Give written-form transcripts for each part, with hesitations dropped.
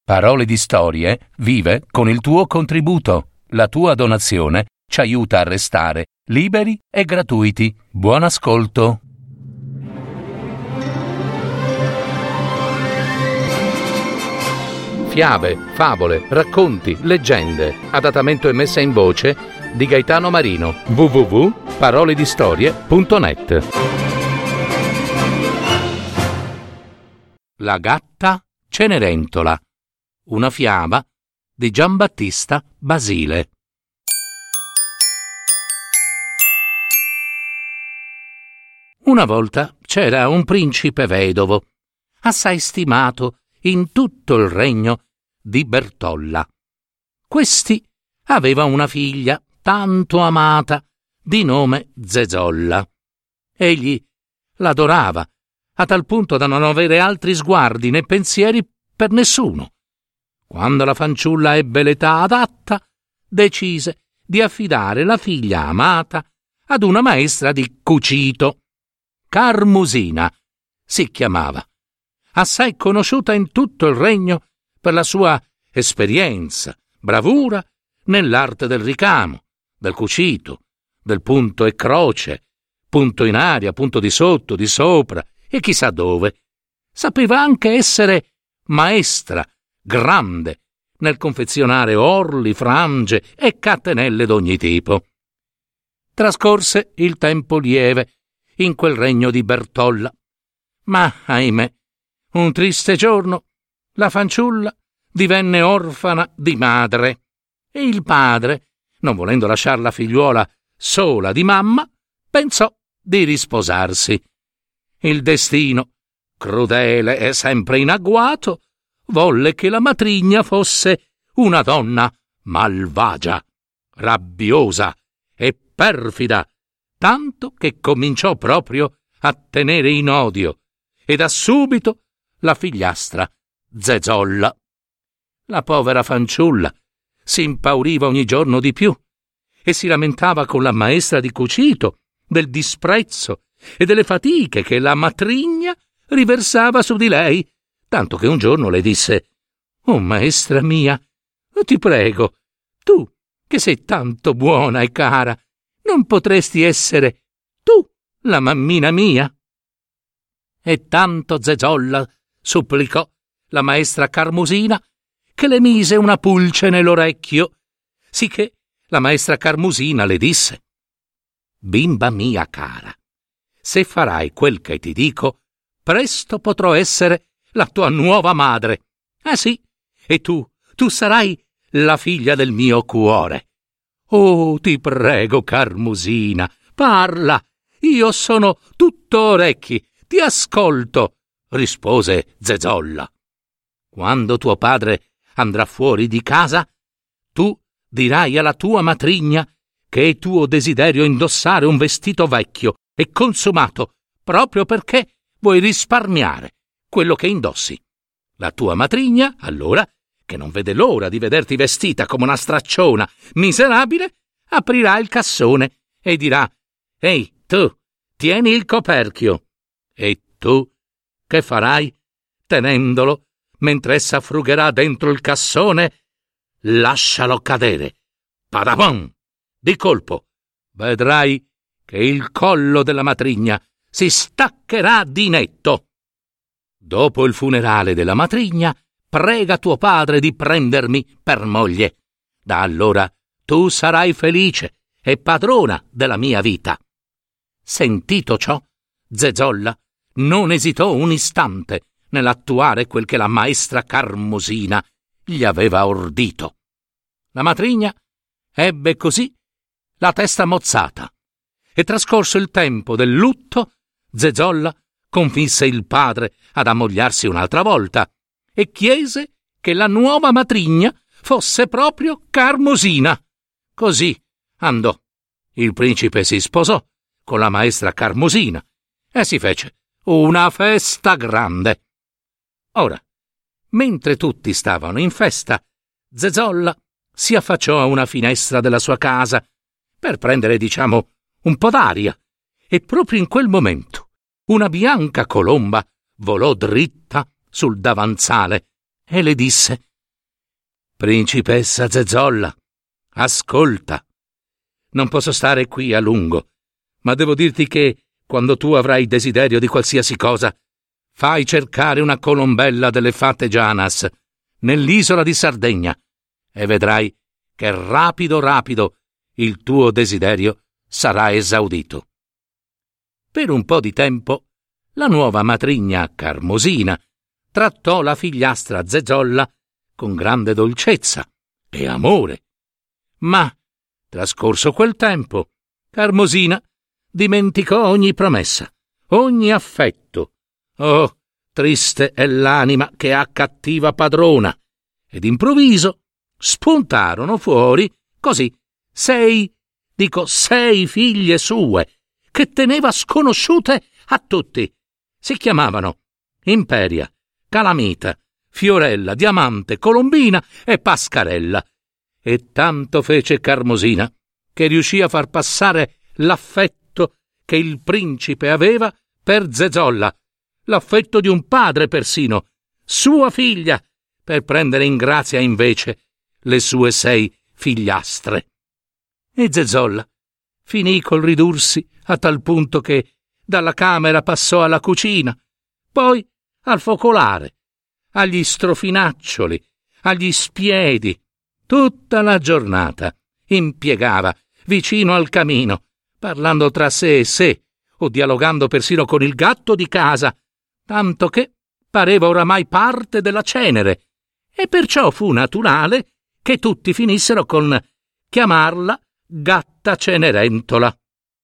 Parole di Storie vive con il tuo contributo. La tua donazione ci aiuta a restare liberi e gratuiti. Buon ascolto. Fiabe, favole, racconti, leggende. Adattamento e messa in voce di Gaetano Marino. www.paroledistorie.net. La gatta Cenerentola. Una fiaba di Giambattista Basile. Una volta c'era un principe vedovo, assai stimato in tutto il regno di Bertolla. Questi aveva una figlia tanto amata di nome Zezolla. Egli l'adorava a tal punto da non avere altri sguardi né pensieri per nessuno. Quando la fanciulla ebbe l'età adatta, decise di affidare la figlia amata ad una maestra di cucito. Carmusina si chiamava, assai conosciuta in tutto il regno per la sua esperienza, bravura nell'arte del ricamo, del cucito, del punto e croce, punto in aria, punto di sotto, di sopra e chissà dove. Sapeva anche essere maestra grande nel confezionare orli, frange e catenelle d'ogni tipo. Trascorse il tempo lieve in quel regno di Bertolla, ma, ahimè, un triste giorno la fanciulla divenne orfana di madre e il padre, non volendo lasciar la figliuola sola di mamma, pensò di risposarsi. Il destino, crudele e sempre in agguato, volle che la matrigna fosse una donna malvagia, rabbiosa e perfida, tanto che cominciò proprio a tenere in odio, e da subito la figliastra Zezolla. La povera fanciulla si impauriva ogni giorno di più e si lamentava con la maestra di cucito del disprezzo e delle fatiche che la matrigna riversava su di lei, tanto che un giorno le disse: «Oh, maestra mia, ti prego, tu che sei tanto buona e cara, non potresti essere tu la mammina mia?» E tanto Zezolla supplicò la maestra Carmusina che le mise una pulce nell'orecchio, sicché la maestra Carmusina le disse: «Bimba mia cara, se farai quel che ti dico, presto potrò essere la tua nuova madre. Ah sì, e tu sarai la figlia del mio cuore. Oh, ti prego, Carmusina, parla, io sono tutto orecchi, ti ascolto», rispose Zezolla. «Quando tuo padre andrà fuori di casa, tu dirai alla tua matrigna che è tuo desiderio indossare un vestito vecchio e consumato proprio perché vuoi risparmiare quello che indossi. La tua matrigna, allora, che non vede l'ora di vederti vestita come una stracciona miserabile, aprirà il cassone e dirà: «Ehi, tu, tieni il coperchio». E tu che farai, tenendolo, mentre essa frugherà dentro il cassone? Lascialo cadere. Padabon! Di colpo vedrai che il collo della matrigna si staccherà di netto. Dopo il funerale della matrigna, prega tuo padre di prendermi per moglie. Da allora tu sarai felice e padrona della mia vita». Sentito ciò, Zezolla non esitò un istante nell'attuare quel che la maestra Carmusina gli aveva ordito. La matrigna ebbe così la testa mozzata e, trascorso il tempo del lutto, Zezolla convinse il padre ad ammogliarsi un'altra volta e chiese che la nuova matrigna fosse proprio Carmusina. Così andò. Il principe si sposò con la maestra Carmusina e si fece una festa grande. Ora, mentre tutti stavano in festa, Zezolla si affacciò a una finestra della sua casa per prendere, diciamo, un po' d'aria, e proprio in quel momento una bianca colomba volò dritta sul davanzale e le disse: Principessa Zezolla, ascolta. Non posso stare qui a lungo, ma devo dirti che, quando tu avrai desiderio di qualsiasi cosa, fai cercare una colombella delle fate Janas nell'isola di Sardegna e vedrai che rapido il tuo desiderio sarà esaudito. Per un po' di tempo la nuova matrigna Carmosina trattò la figliastra Zezolla con grande dolcezza e amore. Ma, trascorso quel tempo, Carmosina dimenticò ogni promessa, ogni affetto. Oh, triste è l'anima che ha cattiva padrona! Ed improvviso spuntarono fuori, così, 6 figlie sue, che teneva sconosciute a tutti. Si chiamavano Imperia, Calamita, Fiorella, Diamante, Colombina e Pascarella. E tanto fece Carmosina che riuscì a far passare l'affetto che il principe aveva per Zezolla, l'affetto di un padre persino, sua figlia, per prendere in grazia invece le sue 6 figliastre. E Zezolla finì col ridursi a tal punto che dalla camera passò alla cucina, poi al focolare, agli strofinaccioli, agli spiedi. Tutta la giornata impiegava vicino al camino, parlando tra sé e sé, o dialogando persino con il gatto di casa, tanto che pareva oramai parte della cenere, e perciò fu naturale che tutti finissero con chiamarla Gatta Cenerentola.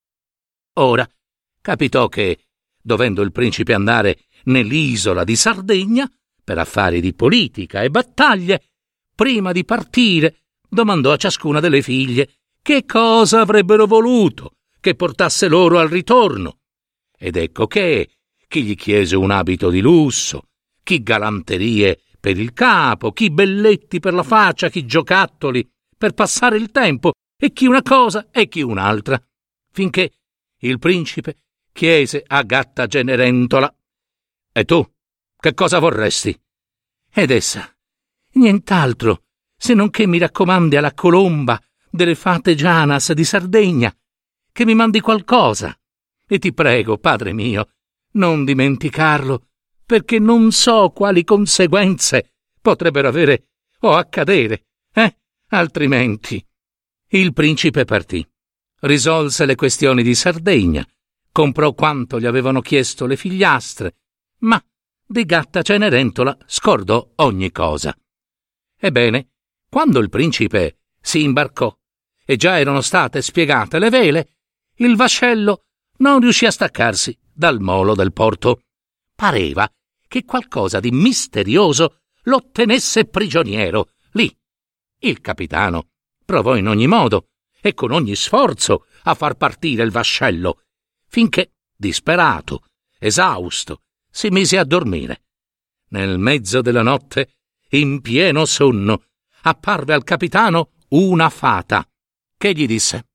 Ora capitò che, dovendo il principe andare nell'isola di Sardegna per affari di politica e battaglie, prima di partire domandò a ciascuna delle figlie che cosa avrebbero voluto che portasse loro al ritorno. Ed ecco che chi gli chiese un abito di lusso, chi galanterie per il capo, chi belletti per la faccia, chi giocattoli per passare il tempo, e chi una cosa e chi un'altra, finché il principe chiese a Gatta Cenerentola: «E tu, che cosa vorresti?» Ed essa: «Nient'altro, se non che mi raccomandi alla colomba delle fate Janas di Sardegna, che mi mandi qualcosa. E ti prego, padre mio, non dimenticarlo, perché non so quali conseguenze potrebbero avere o accadere, altrimenti». Il principe partì, risolse le questioni di Sardegna, comprò quanto gli avevano chiesto le figliastre, ma di Gatta Cenerentola scordò ogni cosa. Ebbene, quando il principe si imbarcò e già erano state spiegate le vele, il vascello non riuscì a staccarsi dal molo del porto. Pareva che qualcosa di misterioso lo tenesse prigioniero lì. Il capitano provò in ogni modo e con ogni sforzo a far partire il vascello, finché, disperato, esausto, si mise a dormire. Nel mezzo della notte, in pieno sonno, apparve al capitano una fata, che gli disse: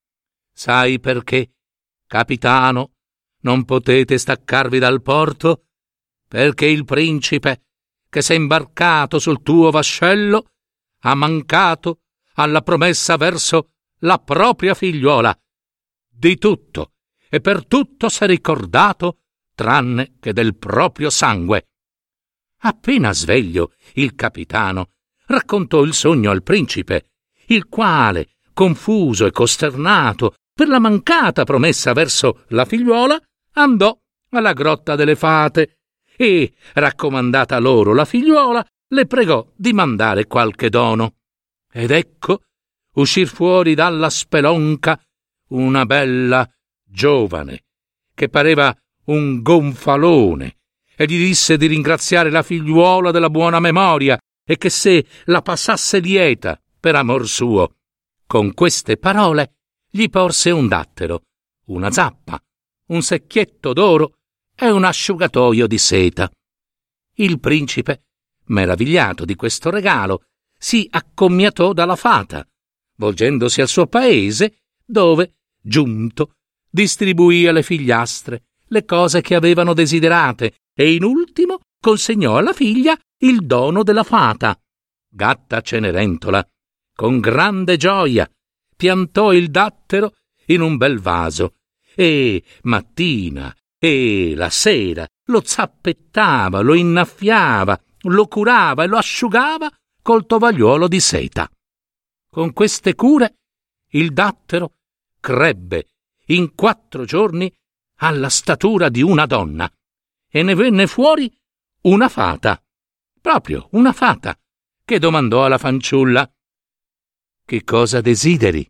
«Sai perché, capitano, non potete staccarvi dal porto? Perché il principe, che s'è imbarcato sul tuo vascello, ha mancato alla promessa verso la propria figliuola. Di tutto e per tutto s'è ricordato, tranne che del proprio sangue». Appena sveglio, il capitano raccontò il sogno al principe, il quale, confuso e costernato per la mancata promessa verso la figliuola, andò alla grotta delle fate e, raccomandata loro la figliuola, le pregò di mandare qualche dono. Ed ecco uscir fuori dalla spelonca una bella giovane, che pareva un gonfalone, e gli disse di ringraziare la figliuola della buona memoria e che se la passasse lieta per amor suo. Con queste parole gli porse un dattero, una zappa, un secchietto d'oro e un asciugatoio di seta. Il principe, meravigliato di questo regalo, si accommiatò dalla fata, volgendosi al suo paese, dove, giunto, distribuì alle figliastre le cose che avevano desiderate e in ultimo consegnò alla figlia il dono della fata. Gatta Cenerentola, con grande gioia, piantò il dattero in un bel vaso e mattina e la sera lo zappettava, lo innaffiava, lo curava e lo asciugava col tovagliuolo di seta. Con queste cure il dattero crebbe in 4 giorni alla statura di una donna e ne venne fuori una fata, proprio una fata, che domandò alla fanciulla: «Che cosa desideri?»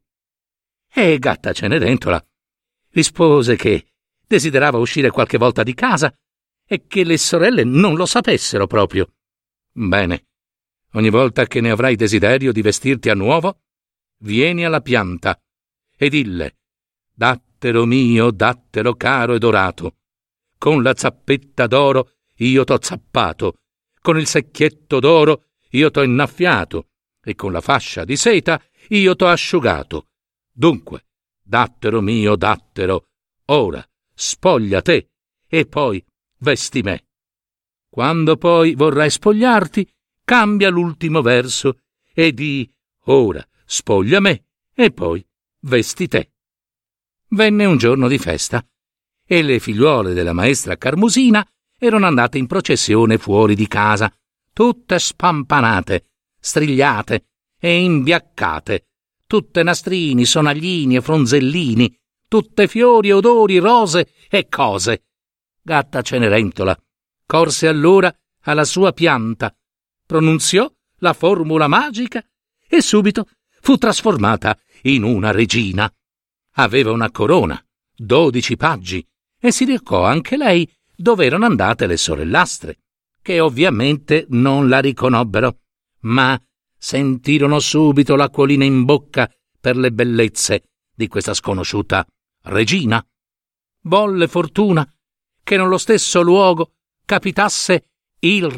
E Gatta Cenerentola rispose che desiderava uscire qualche volta di casa e che le sorelle non lo sapessero proprio. «Bene, ogni volta che ne avrai desiderio di vestirti a nuovo, vieni alla pianta e dille: dattero mio, dattero caro e dorato, con la zappetta d'oro io t'ho zappato, con il secchietto d'oro io t'ho innaffiato e con la fascia di seta io t'ho asciugato. Dunque, dattero mio, dattero, ora spoglia te e poi vesti me. Quando poi vorrai spogliarti, cambia l'ultimo verso e di: ora spoglia me e poi vesti te». Venne un giorno di festa e le figliuole della maestra Carmusina erano andate in processione fuori di casa, tutte spampanate, strigliate e imbiaccate, tutte nastrini, sonaglini e fronzellini, tutte fiori, odori, rose e cose. Gatta Cenerentola corse allora alla sua pianta, pronunziò la formula magica e subito fu trasformata in una regina. Aveva una corona, 12 paggi e si recò anche lei dove erano andate le sorellastre, che ovviamente non la riconobbero, ma sentirono subito l'acquolina in bocca per le bellezze di questa sconosciuta regina. Volle fortuna che nello stesso luogo capitasse il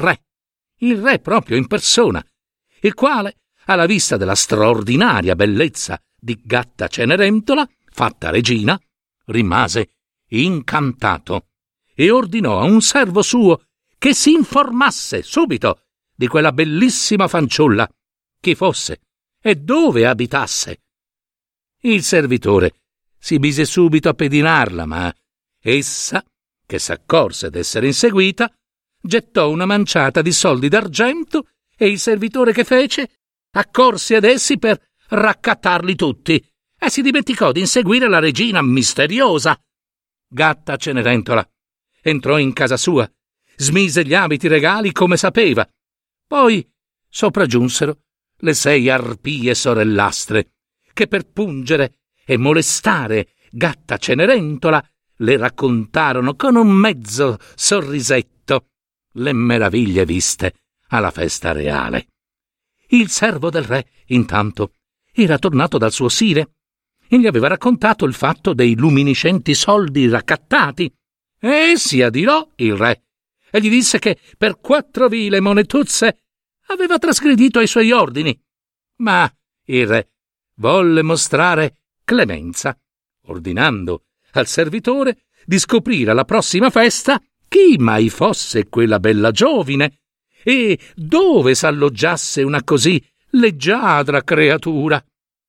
re proprio in persona, il quale, alla vista della straordinaria bellezza di Gatta Cenerentola, fatta regina, rimase incantato e ordinò a un servo suo che si informasse subito di quella bellissima fanciulla, chi fosse e dove abitasse. Il servitore si mise subito a pedinarla, ma essa, che s'accorse d'essere inseguita, gettò una manciata di soldi d'argento e il servitore che fece accorse ad essi per raccattarli tutti e si dimenticò di inseguire la regina misteriosa. Gatta Cenerentola entrò in casa sua, smise gli abiti regali come sapeva. Poi sopraggiunsero le 6 arpie sorellastre, che per pungere e molestare Gatta Cenerentola le raccontarono con un mezzo sorrisetto le meraviglie viste alla festa reale. Il servo del re, intanto, era tornato dal suo sire e gli aveva raccontato il fatto dei luminiscenti soldi raccattati. E si adirò il re e gli disse che per 4 vile monetuzze aveva trasgredito ai suoi ordini. Ma il re volle mostrare clemenza, ordinando al servitore di scoprire alla prossima festa chi mai fosse quella bella giovine e dove s'alloggiasse una così leggiadra creatura.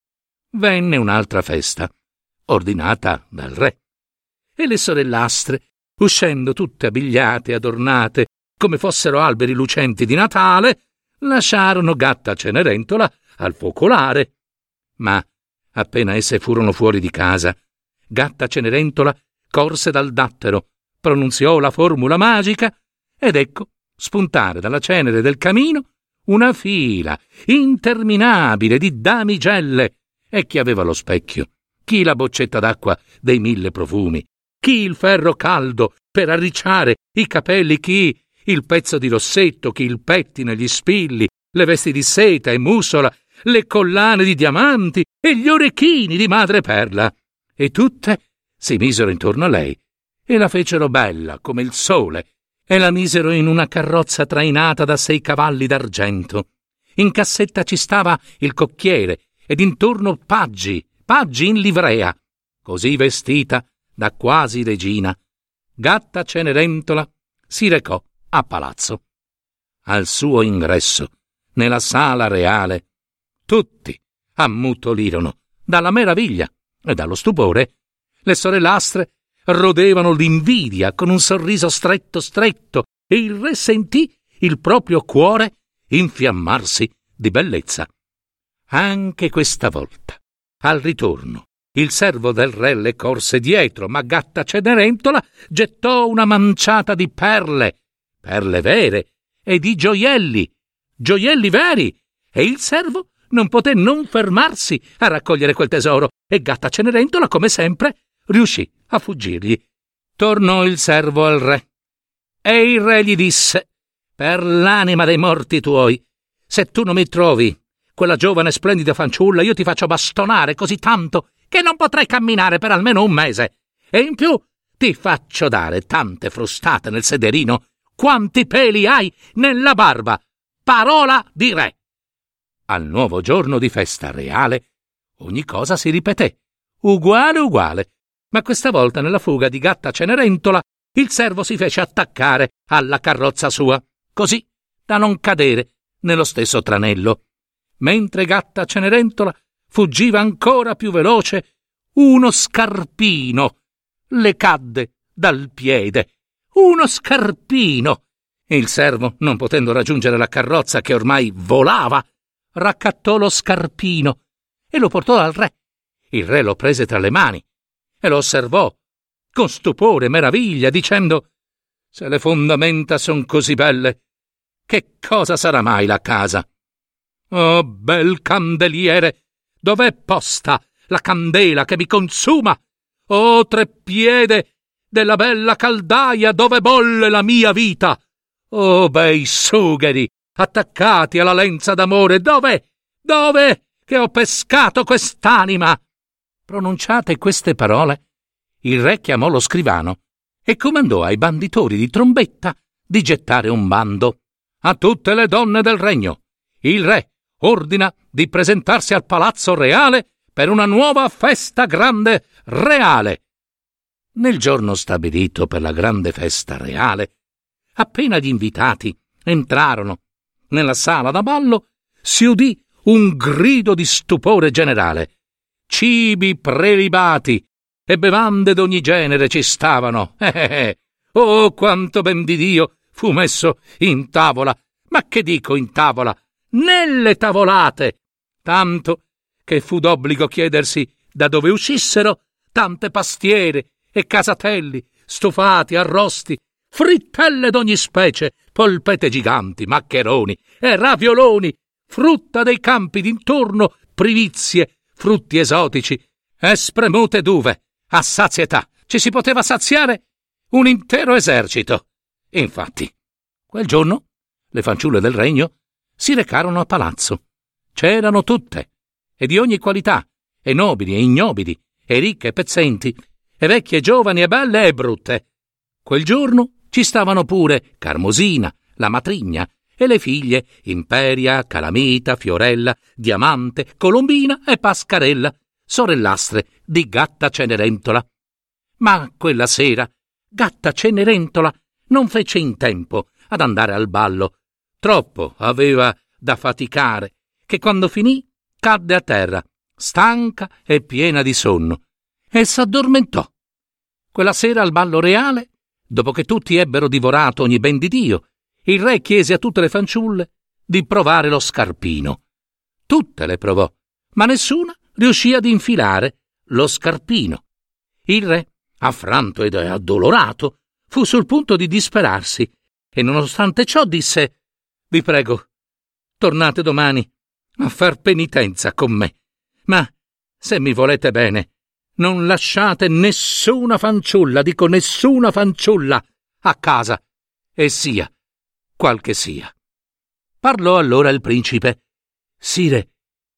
Venne un'altra festa, ordinata dal re, e le sorellastre, uscendo tutte abbigliate e adornate come fossero alberi lucenti di Natale, lasciarono Gatta Cenerentola al focolare. Ma appena esse furono fuori di casa, Gatta Cenerentola corse dal dattero, pronunziò la formula magica ed ecco spuntare dalla cenere del camino una fila interminabile di damigelle, e chi aveva lo specchio, chi la boccetta d'acqua dei 1000 profumi, chi il ferro caldo per arricciare i capelli, chi il pezzo di rossetto, chi il pettine, gli spilli, le vesti di seta e mussola, le collane di diamanti e gli orecchini di madreperla. E tutte si misero intorno a lei e la fecero bella come il sole e la misero in una carrozza trainata da 6 cavalli d'argento. In cassetta ci stava il cocchiere ed intorno paggi in livrea. Così vestita da quasi regina, Gatta Cenerentola si recò a palazzo. Al suo ingresso nella sala reale. Tutti ammutolirono dalla meraviglia e dallo stupore. Le sorellastre rodevano d'invidia con un sorriso stretto stretto e il re sentì il proprio cuore infiammarsi di bellezza. Anche questa volta, al ritorno, il servo del re le corse dietro, ma Gatta Cenerentola gettò una manciata di perle vere, e di gioielli veri, e il servo non poté non fermarsi a raccogliere quel tesoro, e Gatta Cenerentola, come sempre, riuscì a fuggirgli. Tornò il servo al re, e il re gli disse: «Per l'anima dei morti tuoi, se tu non mi trovi quella giovane e splendida fanciulla, io ti faccio bastonare così tanto che non potrai camminare per almeno un mese, e in più ti faccio dare tante frustate nel sederino quanti peli hai nella barba. Parola di re!» Al nuovo giorno di festa reale ogni cosa si ripeté, uguale, ma questa volta nella fuga di Gatta Cenerentola il servo si fece attaccare alla carrozza sua, così da non cadere nello stesso tranello. Mentre Gatta Cenerentola fuggiva ancora più veloce, uno scarpino le cadde dal piede. Uno scarpino! E il servo, non potendo raggiungere la carrozza che ormai volava, raccattò lo scarpino e lo portò al re. Il re lo prese tra le mani e lo osservò con stupore e meraviglia, dicendo: «Se le fondamenta son così belle, che cosa sarà mai la casa? Oh, bel candeliere, dov'è posta la candela che mi consuma? Oh, treppiede della bella caldaia, dove bolle la mia vita? Oh, bei sugheri attaccati alla lenza d'amore, dove che ho pescato quest'anima?» Pronunciate queste parole, il re chiamò lo scrivano e comandò ai banditori di trombetta di gettare un bando: «A tutte le donne del regno, il re ordina di presentarsi al palazzo reale per una nuova festa grande reale». Nel giorno stabilito per la grande festa reale, appena gli invitati entrarono nella sala da ballo, si udì un grido di stupore generale. Cibi prelibati e bevande d'ogni genere ci stavano. Oh, quanto ben di Dio fu messo in tavola, ma che dico in tavola, nelle tavolate, tanto che fu d'obbligo chiedersi da dove uscissero tante pastiere e casatelli, stufati, arrosti, frittelle d'ogni specie, polpette giganti, maccheroni e ravioloni, frutta dei campi d'intorno, privizie, frutti esotici e spremute d'uve. A sazietà ci si poteva saziare un intero esercito. Infatti, quel giorno le fanciulle del regno si recarono a palazzo. C'erano tutte, e di ogni qualità, e nobili e ignobili, e ricche e pezzenti, e vecchie e giovani e belle e brutte. Quel giorno ci stavano pure Carmosina, la matrigna, e le figlie Imperia, Calamita, Fiorella, Diamante, Colombina e Pascarella, sorellastre di Gatta Cenerentola. Ma quella sera Gatta Cenerentola non fece in tempo ad andare al ballo. Troppo aveva da faticare, che quando finì cadde a terra, stanca e piena di sonno, e s'addormentò. Quella sera al ballo reale, dopo che tutti ebbero divorato ogni ben di Dio, il re chiese a tutte le fanciulle di provare lo scarpino. Tutte le provò, ma nessuna riuscì ad infilare lo scarpino. Il re, affranto ed addolorato, fu sul punto di disperarsi e nonostante ciò disse: «Vi prego, tornate domani a far penitenza con me, ma se mi volete bene, non lasciate nessuna fanciulla, dico nessuna fanciulla, a casa, e sia qual che sia». Parlò allora il principe: «Sire,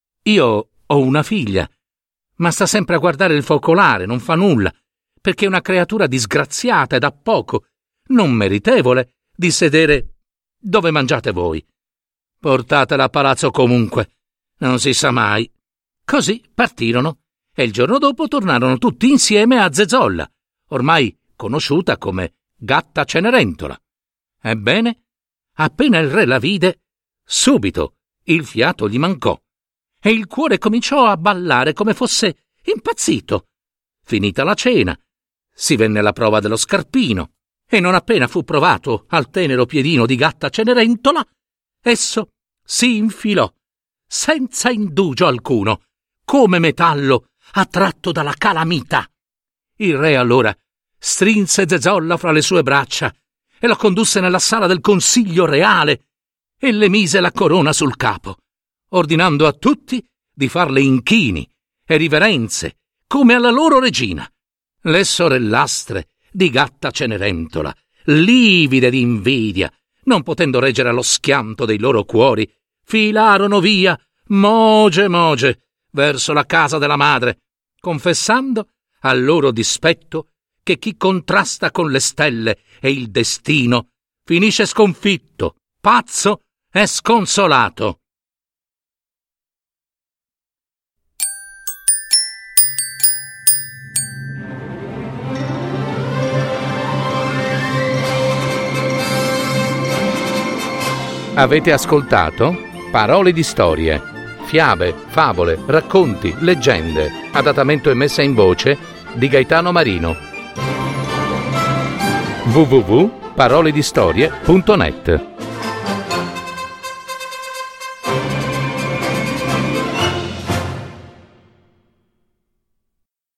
io ho una figlia, ma sta sempre a guardare il focolare, non fa nulla, perché è una creatura disgraziata e da poco, non meritevole di sedere dove mangiate voi. Portatela a palazzo comunque, non si sa mai». Così partirono, e il giorno dopo tornarono tutti insieme a Zezolla, ormai conosciuta come Gatta Cenerentola. Ebbene, appena il re la vide, subito il fiato gli mancò e il cuore cominciò a ballare come fosse impazzito. Finita la cena, si venne alla prova dello scarpino e non appena fu provato al tenero piedino di Gatta Cenerentola, esso si infilò, senza indugio alcuno, come metallo attratto dalla calamita. Il re allora strinse Zezolla fra le sue braccia e lo condusse nella sala del consiglio reale e le mise la corona sul capo, ordinando a tutti di farle inchini e riverenze come alla loro regina. Le sorellastre di Gatta Cenerentola, livide di invidia, non potendo reggere allo schianto dei loro cuori, filarono via, moge verso la casa della madre, confessando al loro dispetto che chi contrasta con le stelle e il destino finisce sconfitto, pazzo e sconsolato. Avete ascoltato Parole di storie, fiabe, favole, racconti, leggende, adattamento e messa in voce di Gaetano Marino. www.paroledistorie.net